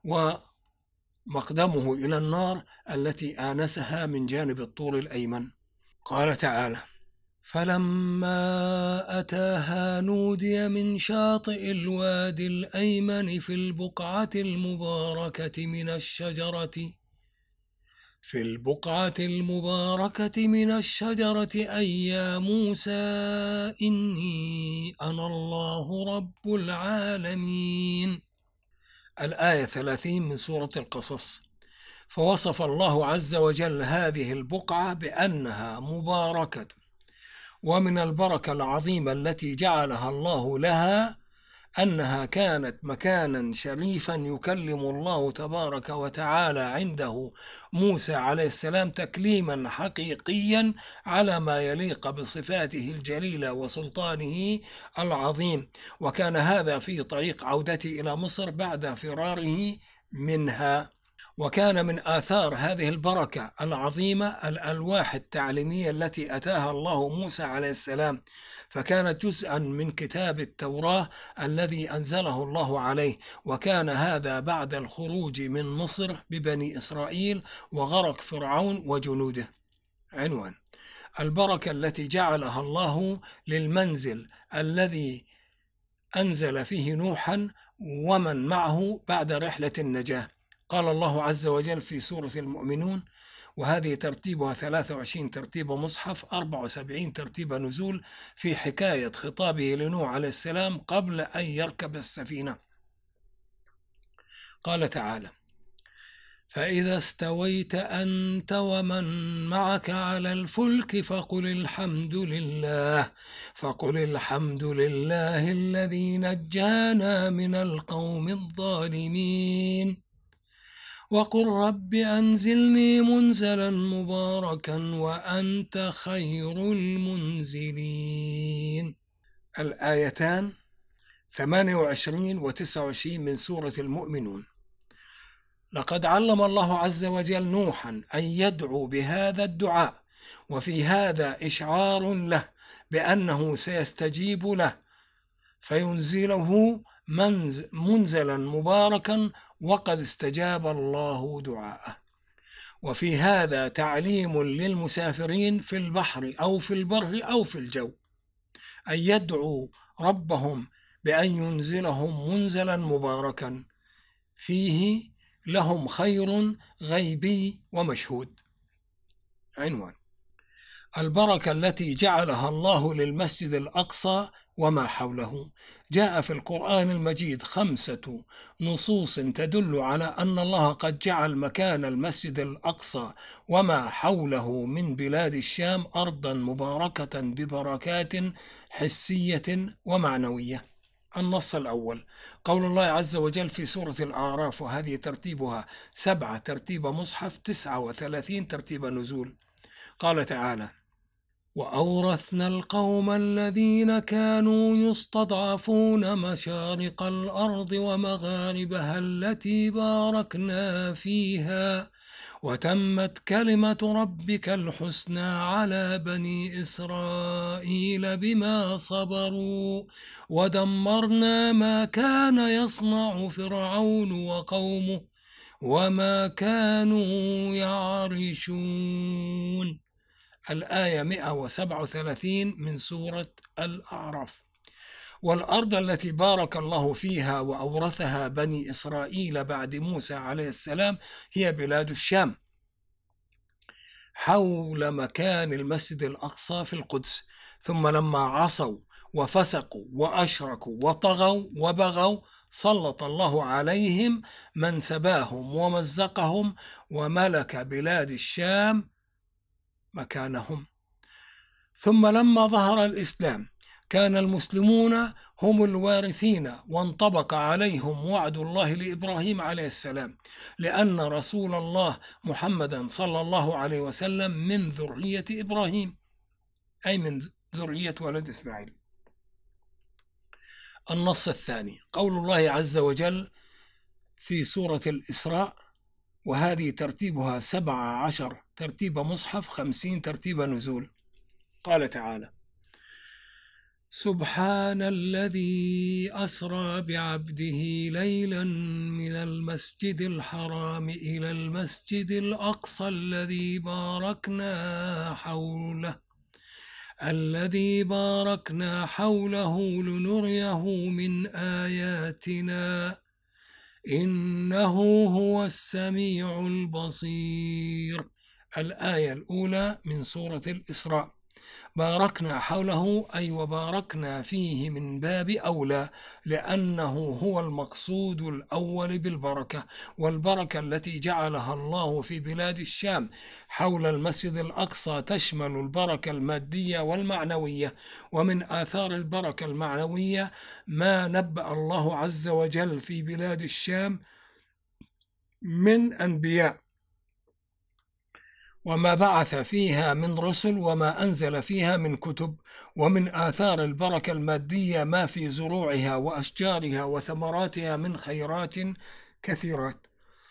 ومقدمه إلى النار التي آنسها من جانب الطور الأيمن. قال تعالى: فلما أتاها نودي من شاطئ الوادي الأيمن في البقعة المباركة من الشجرة أي يا موسى إني أنا الله رب العالمين. الآية 30 من سورة القصص. فوصف الله عز وجل هذه البقعة بأنها مباركة. ومن البركة العظيمة التي جعلها الله لها أنها كانت مكانا شريفا يكلم الله تبارك وتعالى عنده موسى عليه السلام تكليما حقيقيا على ما يليق بصفاته الجليلة وسلطانه العظيم. وكان هذا في طريق عودته إلى مصر بعد فراره منها. وكان من آثار هذه البركة العظيمة الألواح التعليمية التي أتاها الله موسى عليه السلام، فكانت جزءا من كتاب التوراة الذي أنزله الله عليه. وكان هذا بعد الخروج من مصر ببني إسرائيل وغرق فرعون وجنوده. عنوان: البركة التي جعلها الله للمنزل الذي أنزل فيه نوحا ومن معه بعد رحلة النجاة. قال الله عز وجل في سورة المؤمنون، وهذه ترتيبها 23 ترتيب مصحف 74 ترتيب نزول، في حكاية خطابه لنوح عليه السلام قبل أن يركب السفينة. قال تعالى: فإذا استويت أنت ومن معك على الفلك فقل الحمد لله الذي نجانا من القوم الظالمين وقل رب أنزلني منزلا مباركا وأنت خير المنزلين. الآيتان 28 و 29 من سورة المؤمنون. لقد علم الله عز وجل نوحا أن يدعو بهذا الدعاء، وفي هذا إشعار له بأنه سيستجيب له فينزله منزلا مباركا، وقد استجاب الله دعاءه. وفي هذا تعليم للمسافرين في البحر أو في البر أو في الجو أن يدعوا ربهم بأن ينزلهم منزلا مباركا فيه لهم خير غيبي ومشهود. عنوان: البركة التي جعلها الله للمسجد الأقصى وما حوله. جاء في القرآن المجيد 5 نصوص تدل على أن الله قد جعل مكان المسجد الأقصى وما حوله من بلاد الشام أرضا مباركة ببركات حسية ومعنوية. النص الأول: قول الله عز وجل في سورة الأعراف، وهذه ترتيبها 7 ترتيب مصحف، 39 ترتيب نزول. قال تعالى: وأورثنا القوم الذين كانوا يستضعفون مشارق الأرض ومغاربها التي باركنا فيها وتمت كلمة ربك الحسنى على بني إسرائيل بما صبروا ودمرنا ما كان يصنع فرعون وقومه وما كانوا يعرشون. الآية 137 من سورة الأعراف. والأرض التي بارك الله فيها وأورثها بني إسرائيل بعد موسى عليه السلام هي بلاد الشام حول مكان المسجد الأقصى في القدس. ثم لما عصوا وفسقوا وأشركوا وطغوا وبغوا سلط الله عليهم من سباهم ومزقهم وملك بلاد الشام مكانهم. ثم لما ظهر الإسلام كان المسلمون هم الوارثين، وانطبق عليهم وعد الله لإبراهيم عليه السلام، لأن رسول الله محمدا صلى الله عليه وسلم من ذرية إبراهيم، أي من ذرية ولد إسماعيل. النص الثاني: قول الله عز وجل في سورة الإسراء، وهذه ترتيبها 17 ترتيب مصحف، 50 ترتيب نزول. قال تعالى: سبحان الذي أسرى بعبده ليلا من المسجد الحرام إلى المسجد الأقصى الذي باركنا حوله لنريه من آياتنا إنه هو السميع البصير. الآية الأولى من سورة الإسراء. باركنا حوله أي وباركنا فيه من باب أولى، لأنه هو المقصود الأول بالبركة، والبركة التي جعلها الله في بلاد الشام حول المسجد الأقصى تشمل البركة المادية والمعنوية. ومن آثار البركة المعنوية ما نبأ الله عز وجل في بلاد الشام من أنبياء، وما بعث فيها من رسل، وما أنزل فيها من كتب. ومن آثار البركة المادية ما في زروعها وأشجارها وثمراتها من خيرات كثيرات.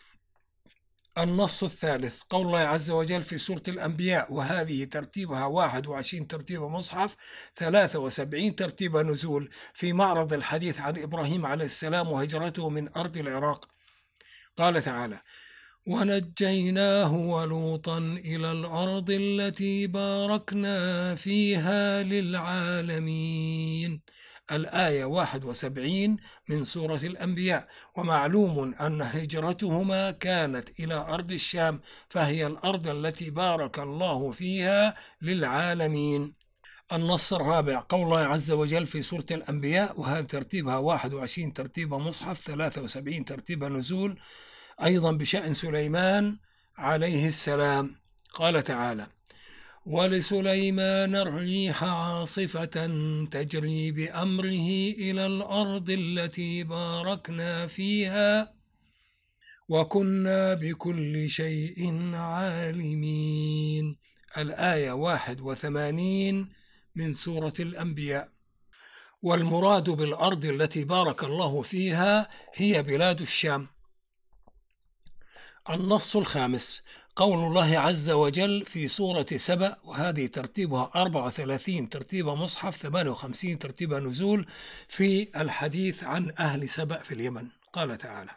النص الثالث: قول الله عز وجل في سورة الأنبياء، وهذه ترتيبها 21 ترتيب مصحف، 73 ترتيب نزول، في معرض الحديث عن إبراهيم عليه السلام وهجرته من أرض العراق. قال تعالى: ونجيناه ولوطا إلى الأرض التي باركنا فيها للعالمين. الآية 71 من سورة الأنبياء. ومعلوم أن هجرتهما كانت إلى أرض الشام، فهي الأرض التي بارك الله فيها للعالمين. النص الرابع: قول الله عز وجل في سورة الأنبياء، وهذا ترتيبها 21 ترتيب مصحف، 73 ترتيب نزول. أيضا بشأن سليمان عليه السلام. قال تعالى: ولسليمان الريح عاصفة تجري بأمره إلى الأرض التي باركنا فيها وكنا بكل شيء عالمين. الآية 81 من سورة الأنبياء. والمراد بالأرض التي بارك الله فيها هي بلاد الشام. النص الخامس: قول الله عز وجل في سورة سبأ، وهذه ترتيبها 34 ترتيب مصحف، 58 ترتيب نزول، في الحديث عن أهل سبأ في اليمن. قال تعالى: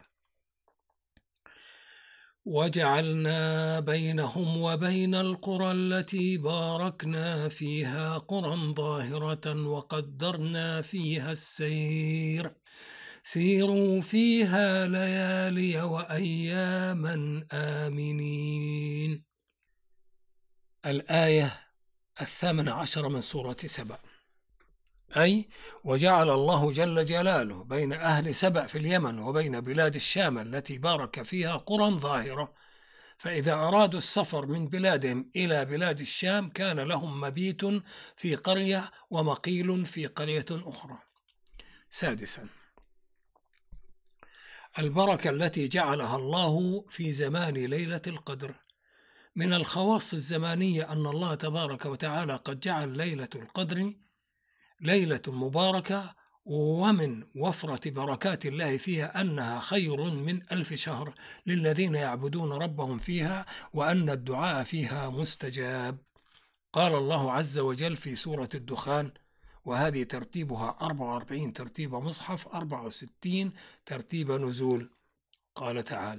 وجعلنا بينهم وبين القرى التي باركنا فيها قرى ظاهرة وقدرنا فيها السير سيروا فيها ليالي وأياما آمنين. الآية 18 من سورة سبأ، أي وجعل الله جل جلاله بين أهل سبأ في اليمن وبين بلاد الشام التي بارك فيها قرى ظاهرة، فإذا أرادوا السفر من بلادهم إلى بلاد الشام كان لهم مبيت في قرية ومقيل في قرية أخرى. سادسا: البركة التي جعلها الله في زمان ليلة القدر. من الخواص الزمانية أن الله تبارك وتعالى قد جعل ليلة القدر ليلة مباركة، ومن وفرة بركات الله فيها أنها خير من 1000 شهر للذين يعبدون ربهم فيها، وأن الدعاء فيها مستجاب. قال الله عز وجل في سورة الدخان، وهذه ترتيبها 44 ترتيب مصحف، 64 ترتيب نزول. قال تعالى: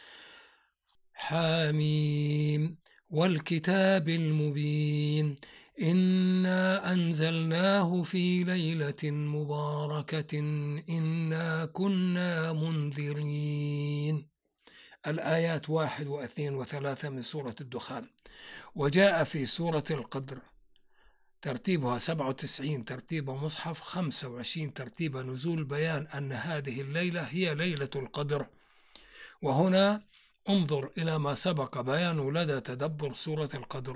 حاميم والكتاب المبين إنا أنزلناه في ليلة مباركة إنا كنا منذرين. الآيات 1 و2 و3 من سورة الدخان. وجاء في سورة القدر ترتيبها 97 ترتيب مصحف، 25 ترتيب نزول، بيان أن هذه الليلة هي ليلة القدر. وهنا انظر إلى ما سبق بيانه لدى تدبر سورة القدر.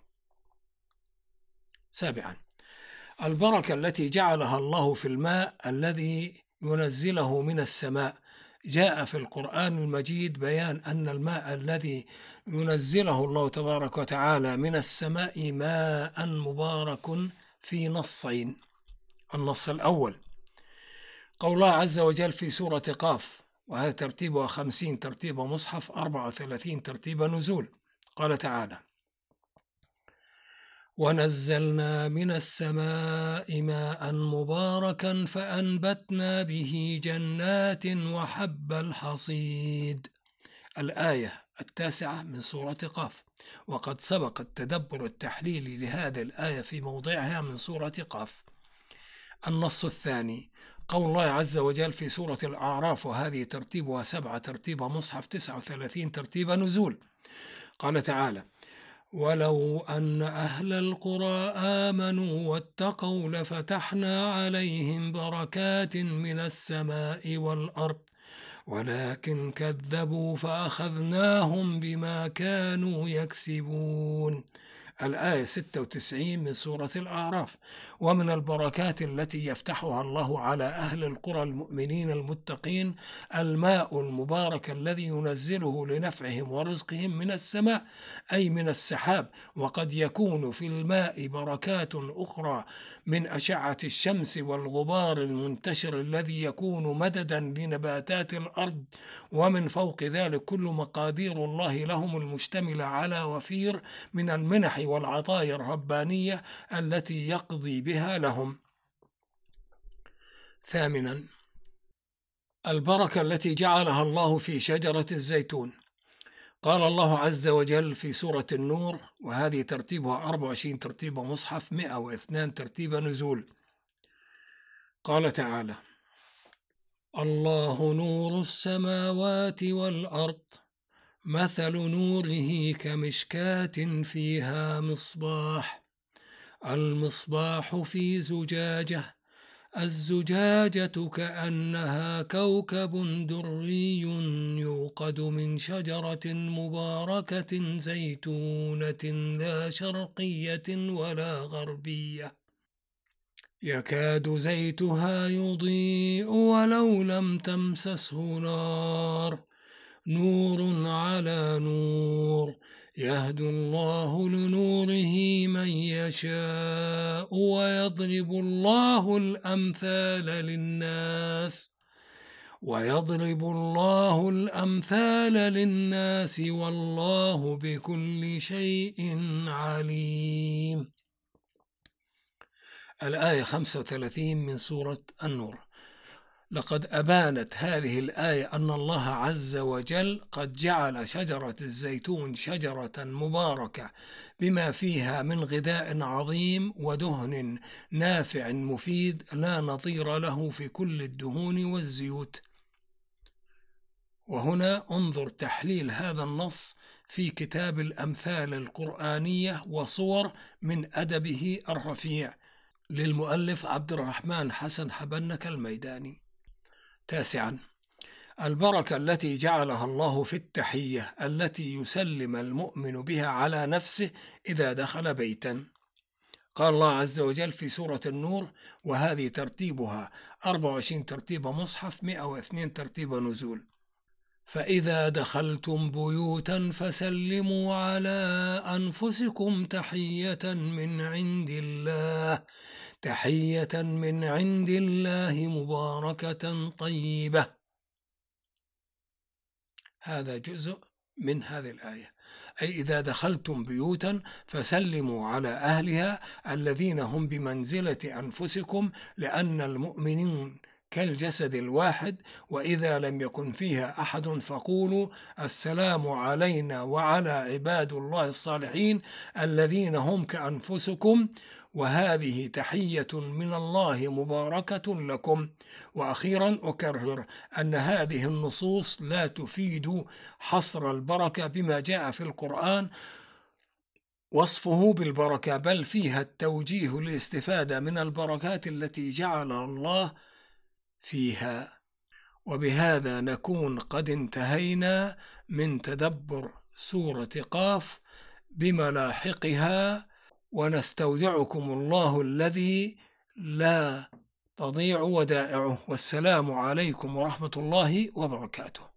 سابعا: البركة التي جعلها الله في الماء الذي ينزله من السماء. جاء في القرآن المجيد بيان أن الماء الذي ينزله الله تبارك وتعالى من السماء ماء مبارك في نصين. النص الأول: قول الله عز وجل في سورة قاف، وهذا ترتيبها 50 ترتيب مصحف، 34 ترتيب نزول. قال تعالى: ونزلنا من السماء ماء مباركا فأنبتنا به جنات وحب الحصيد. الآية 9 من سورة قاف. وقد سبق التدبر التحليلي لهذه الآية في موضعها من سورة قاف. النص الثاني: قول الله عز وجل في سورة الأعراف، وهذه ترتيبها 7 ترتيب مصحف، 39 ترتيب نزول. قال تعالى: ولو أن أهل القرى آمنوا واتقوا لفتحنا عليهم بركات من السماء والأرض ولكن كذبوا فأخذناهم بما كانوا يكسبون. الآية 96 من سورة الأعراف. ومن البركات التي يفتحها الله على أهل القرى المؤمنين المتقين الماء المبارك الذي ينزله لنفعهم ورزقهم من السماء، أي من السحاب. وقد يكون في الماء بركات أخرى من أشعة الشمس والغبار المنتشر الذي يكون مددا لنباتات الأرض. ومن فوق ذلك كل مقادير الله لهم المشتملة على وفير من المنح والعطايا الربانية التي يقضي بها لهم. ثامنا: البركة التي جعلها الله في شجرة الزيتون. قال الله عز وجل في سورة النور، وهذه ترتيبها 24 ترتيب مصحف، 102 ترتيب نزول. قال تعالى: الله نور السماوات والأرض مثل نوره كمشكاة فيها مصباح، المصباح في زجاجة، الزجاجة كأنها كوكب دري يوقد من شجرة مباركة زيتونة لا شرقية ولا غربية يكاد زيتها يضيء ولو لم تمسسه نور على نور يهدي الله لنوره من يشاء ويضرب الله الأمثال للناس والله بكل شيء عليم. الآية 35 من سورة النور. لقد أبانت هذه الآية أن الله عز وجل قد جعل شجرة الزيتون شجرة مباركة بما فيها من غذاء عظيم ودهن نافع مفيد لا نظير له في كل الدهون والزيوت. وهنا انظر تحليل هذا النص في كتاب الأمثال القرآنية وصور من أدبه الرفيع للمؤلف عبد الرحمن حسن حبنك الميداني. 9. البركة التي جعلها الله في التحية التي يسلم المؤمن بها على نفسه إذا دخل بيتا. قال الله عز وجل في سورة النور: وهذه ترتيبها 24 ترتيب مصحف، 102 ترتيب نزول. فإذا دخلتم بيوتا فسلموا على أنفسكم تحية من عند الله مباركة طيبة. هذا جزء من هذه الآية، أي إذا دخلتم بيوتا فسلموا على أهلها الذين هم بمنزلة أنفسكم، لأن المؤمنين كالجسد الواحد، وإذا لم يكن فيها أحد فقولوا السلام علينا وعلى عباد الله الصالحين الذين هم كأنفسكم، وهذه تحية من الله مباركة لكم. وأخيرا أكرر أن هذه النصوص لا تفيد حصر البركة بما جاء في القرآن وصفه بالبركة، بل فيها التوجيه للاستفادة من البركات التي جعلها الله فيها. وبهذا نكون قد انتهينا من تدبر سورة قاف بملاحقها، ونستودعكم الله الذي لا تضيع ودائعه. والسلام عليكم ورحمة الله وبركاته.